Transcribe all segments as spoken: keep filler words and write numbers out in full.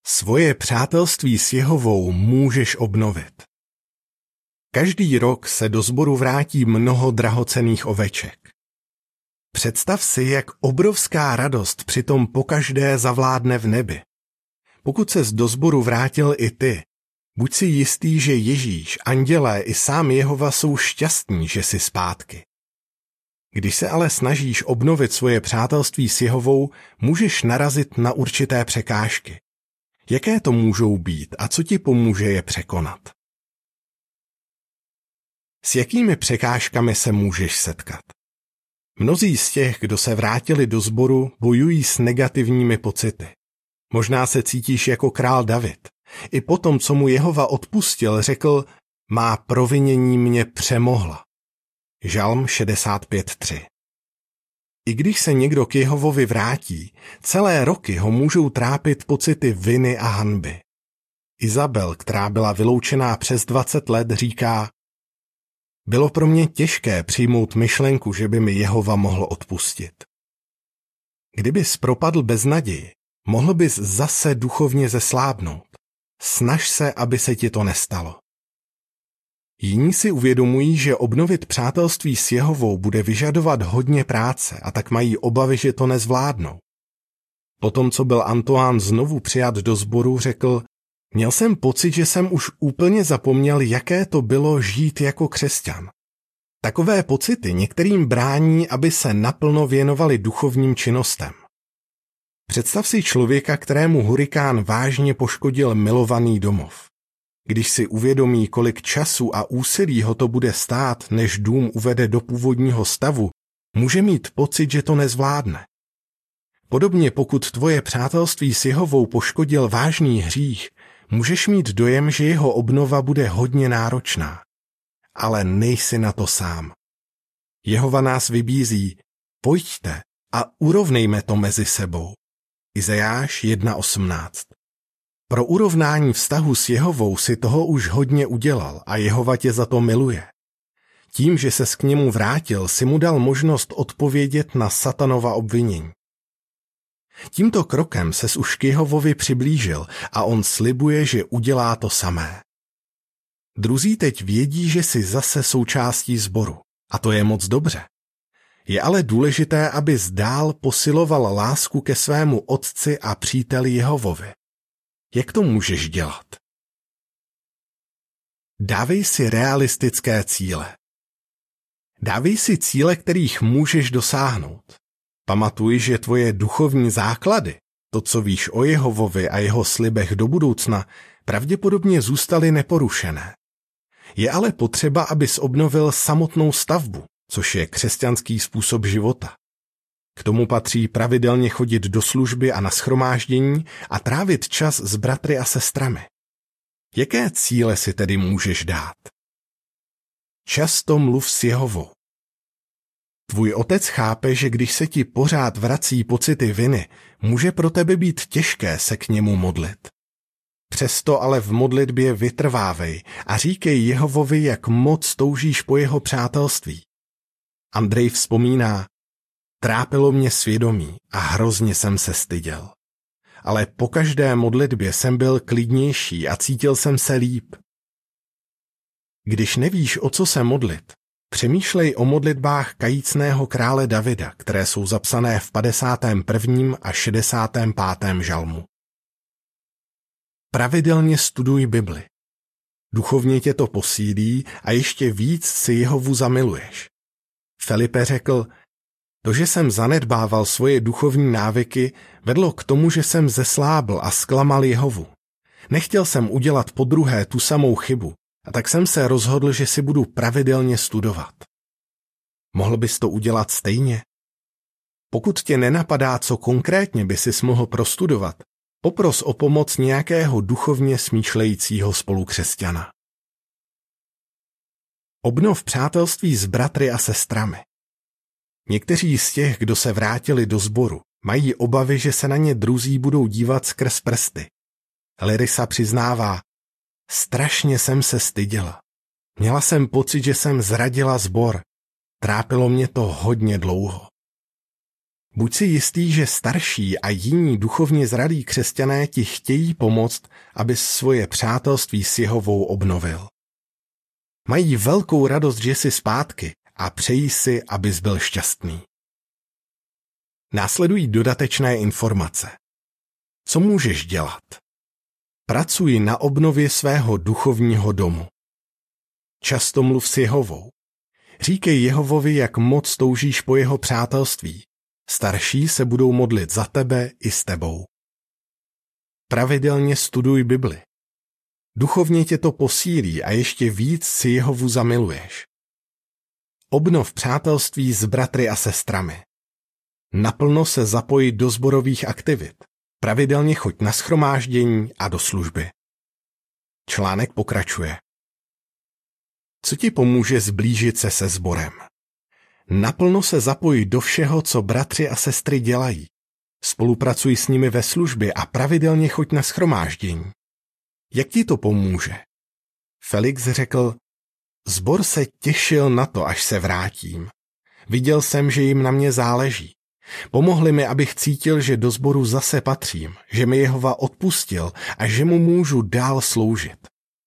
Svoje přátelství s Jehovou můžeš obnovit. Každý rok se do sboru vrátí mnoho drahocenných oveček. Představ si, jak obrovská radost přitom pokaždé zavládne v nebi. Pokud ses do sboru vrátil i ty, buď si jistý, že Ježíš, andělé i sám Jehova jsou šťastní, že jsi zpátky. Když se ale snažíš obnovit svoje přátelství s Jehovou, můžeš narazit na určité překážky. Jaké to můžou být a co ti pomůže je překonat? S jakými překážkami se můžeš setkat? Mnozí z těch, kdo se vrátili do sboru, bojují s negativními pocity. Možná se cítíš jako král David. I potom, co mu Jehova odpustil, řekl, má provinění mě přemohla. Žalm šedesát pět tři. I když se někdo k Jehovovi vrátí, celé roky ho můžou trápit pocity viny a hanby. Izabel, která byla vyloučená přes dvacet let, říká, bylo pro mě těžké přijmout myšlenku, že by mi Jehova mohl odpustit. Kdybys propadl bez naději, mohl bys zase duchovně zeslábnout. Snaž se, aby se ti to nestalo. Jiní si uvědomují, že obnovit přátelství s Jehovou bude vyžadovat hodně práce a tak mají obavy, že to nezvládnou. Potom, co byl Antoine znovu přijat do sboru, řekl, měl jsem pocit, že jsem už úplně zapomněl, jaké to bylo žít jako křesťan. Takové pocity některým brání, aby se naplno věnovali duchovním činnostem. Představ si člověka, kterému hurikán vážně poškodil milovaný domov. Když si uvědomí, kolik času a úsilí ho to bude stát, než dům uvede do původního stavu, může mít pocit, že to nezvládne. Podobně pokud tvoje přátelství s Jehovou poškodil vážný hřích, můžeš mít dojem, že jeho obnova bude hodně náročná. Ale nejsi na to sám. Jehova nás vybízí, pojďte a urovnejme to mezi sebou. Izajáš jedna osmnáct. Pro urovnání vztahu s Jehovou si toho už hodně udělal a Jehova tě za to miluje. Tím, že ses k němu vrátil, si mu dal možnost odpovědět na satanova obvinění. Tímto krokem ses už k Jehovovi přiblížil a on slibuje, že udělá to samé. Druzí teď vědí, že jsi zase součástí sboru a to je moc dobře. Je ale důležité, abys dál posiloval lásku ke svému otci a příteli Jehovovi. Jak to můžeš dělat? Dávej si realistické cíle. Dávej si cíle, kterých můžeš dosáhnout. Pamatuj, že tvoje duchovní základy, to, co víš o Jehovovi a jeho slibech do budoucna, pravděpodobně zůstaly neporušené. Je ale potřeba, abys obnovil samotnou stavbu, což je křesťanský způsob života. K tomu patří pravidelně chodit do služby a na shromáždění a trávit čas s bratry a sestrami. Jaké cíle si tedy můžeš dát? Často mluv s Jehovou. Tvůj otec chápe, že když se ti pořád vrací pocity viny, může pro tebe být těžké se k němu modlit. Přesto ale v modlitbě vytrvávej a říkej Jehovovi, jak moc toužíš po jeho přátelství. Andrej vzpomíná, trápilo mě svědomí a hrozně jsem se styděl. Ale po každé modlitbě jsem byl klidnější a cítil jsem se líp. Když nevíš, o co se modlit, přemýšlej o modlitbách kajícného krále Davida, které jsou zapsané v padesátém prvním a šedesátém pátém žalmu. Pravidelně studuj Bibli. Duchovně tě to posílí a ještě víc si Jehovu zamiluješ. Filipe řekl, to, že jsem zanedbával svoje duchovní návyky, vedlo k tomu, že jsem zeslábl a zklamal Jehovu. Nechtěl jsem udělat podruhé tu samou chybu, a tak jsem se rozhodl, že si budu pravidelně studovat. Mohl bys to udělat stejně? Pokud tě nenapadá, co konkrétně by sis mohl prostudovat, popros o pomoc nějakého duchovně smýšlejícího spolukřesťana. Obnov přátelství s bratry a sestrami. Někteří z těch, kdo se vrátili do sboru, mají obavy, že se na ně druzí budou dívat skrz prsty. Larisa přiznává, strašně jsem se styděla. Měla jsem pocit, že jsem zradila sbor. Trápilo mě to hodně dlouho. Buď si jistý, že starší a jiní duchovně zralí křesťané ti chtějí pomoct, abys svoje přátelství s Jehovou obnovil. Mají velkou radost, že jsi zpátky a přejí si, abys byl šťastný. Následují dodatečné informace. Co můžeš dělat? Pracuj na obnově svého duchovního domu. Často mluv s Jehovou. Říkej Jehovovi, jak moc toužíš po jeho přátelství. Starší se budou modlit za tebe i s tebou. Pravidelně studuj Bibli. Duchovně tě to posílí a ještě víc si Jehovu zamiluješ. Obnov přátelství s bratry a sestrami. Naplno se zapojit do sborových aktivit. Pravidelně choď na shromáždění a do služby. Článek pokračuje. Co ti pomůže zblížit se se sborem? Naplno se zapojit do všeho, co bratři a sestry dělají. Spolupracuj s nimi ve službě a pravidelně choď na shromáždění. Jak ti to pomůže? Felix řekl, sbor se těšil na to, až se vrátím. Viděl jsem, že jim na mě záleží. Pomohli mi, abych cítil, že do sboru zase patřím, že mi Jehova odpustil a že mu můžu dál sloužit.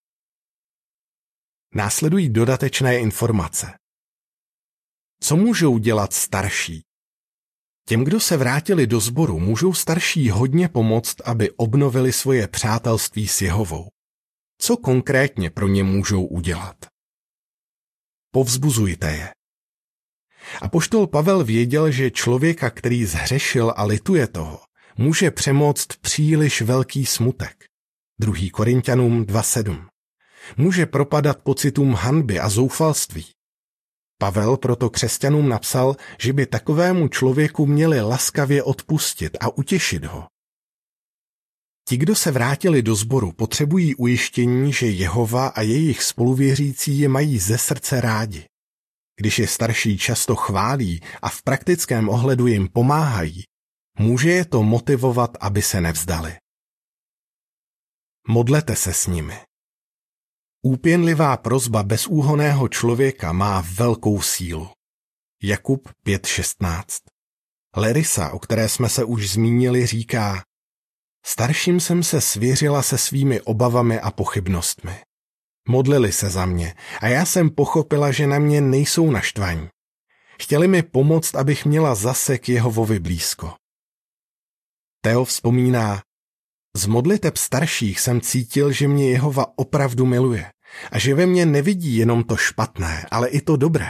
Následují dodatečné informace. Co můžou dělat starší? Těm, kdo se vrátili do sboru, můžou starší hodně pomoct, aby obnovili svoje přátelství s Jehovou. Co konkrétně pro ně můžou udělat? Povzbuzujte je. Apoštol Pavel věděl, že člověka, který zhřešil a lituje toho, může přemoct příliš velký smutek. druhý Korinťanům dva sedm. Může propadat pocitům hanby a zoufalství. Pavel proto křesťanům napsal, že by takovému člověku měli laskavě odpustit a utěšit ho. Ti, kdo se vrátili do sboru, potřebují ujištění, že Jehova a jejich spoluvěřící je mají ze srdce rádi. Když je starší často chválí a v praktickém ohledu jim pomáhají, může je to motivovat, aby se nevzdali. Modlete se s nimi. Úpěnlivá prosba bezúhonného člověka má velkou sílu. Jakub pět šestnáct. Larisa, o které jsme se už zmínili, říká: starším jsem se svěřila se svými obavami a pochybnostmi. Modlili se za mě a já jsem pochopila, že na mě nejsou naštvaní. Chtěli mi pomoct, abych měla zase k Jehovovi blízko. Theo vzpomíná: z modliteb starších jsem cítil, že mě Jehova opravdu miluje a že ve mně nevidí jenom to špatné, ale i to dobré.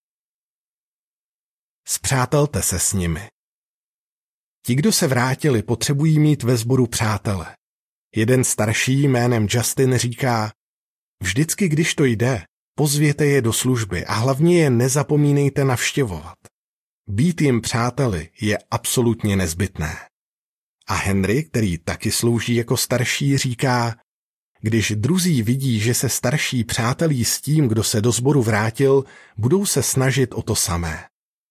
Spřátelte se s nimi. Ti, kdo se vrátili, potřebují mít ve sboru přátele. Jeden starší jménem Justin říká: vždycky, když to jde, pozvěte je do služby a hlavně je nezapomínejte navštěvovat. Být jim přáteli je absolutně nezbytné. A Henry, který taky slouží jako starší, říká: když druzí vidí, že se starší přátelí s tím, kdo se do sboru vrátil, budou se snažit o to samé.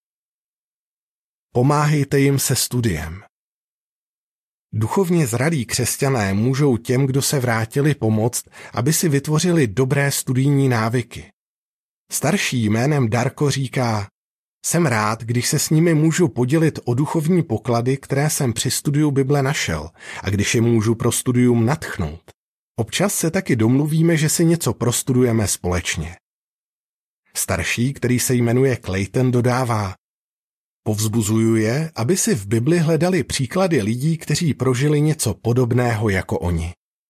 Pomáhejte jim se studiem. Duchovně zralí křesťané můžou těm, kdo se vrátili, pomoct, aby si vytvořili dobré studijní návyky. Starší jménem Darko říká: jsem rád, když se s nimi můžu podělit o duchovní poklady, které jsem při studiu Bible našel, a když je můžu pro studium nadchnout. Občas se taky domluvíme, že si něco prostudujeme společně. Starší, který se jmenuje Clayton, dodává: povzbuzuju je, aby si v Bibli hledali příklady lidí, kteří prožili něco podobného jako oni.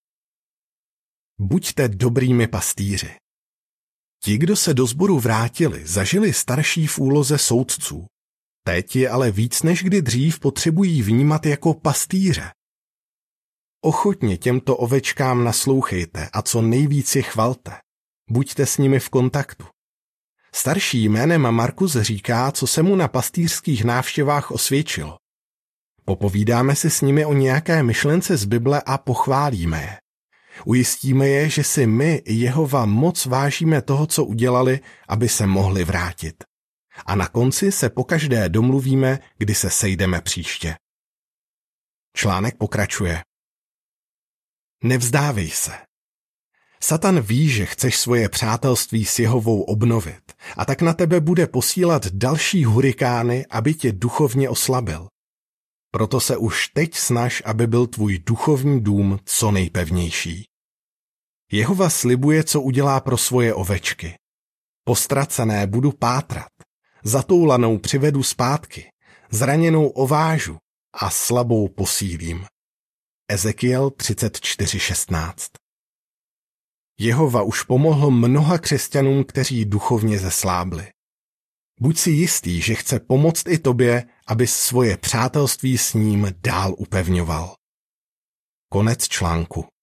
Buďte dobrými pastýři. Ti, kdo se do sboru vrátili, zažili starší v úloze soudců. Teď je ale víc než kdy dřív potřebují vnímat jako pastýře. Ochotně těmto ovečkám naslouchejte a co nejvíc je chvalte. Buďte s nimi v kontaktu. Starší jménem Markus říká, co se mu na pastýřských návštěvách osvědčilo. Popovídáme si s nimi o nějaké myšlence z Bible a pochválíme je. Ujistíme je, že si my, Jehova, moc vážíme toho, co udělali, aby se mohli vrátit. A na konci se pokaždé domluvíme, kdy se sejdeme příště. Článek pokračuje. Nevzdávej se. Satan ví, že chceš svoje přátelství s Jehovou obnovit a tak na tebe bude posílat další hurikány, aby tě duchovně oslabil. Proto se už teď snaž, aby byl tvůj duchovní dům co nejpevnější. Jehova slibuje, co udělá pro svoje ovečky. Postracené budu pátrat, zatoulanou přivedu zpátky, zraněnou ovážu a slabou posílím. Ezekiel třicet čtyři šestnáct. Jehova už pomohl mnoha křesťanům, kteří duchovně zeslábli. Buď si jistý, že chce pomoct i tobě, abys svoje přátelství s ním dál upevňoval. Konec článku.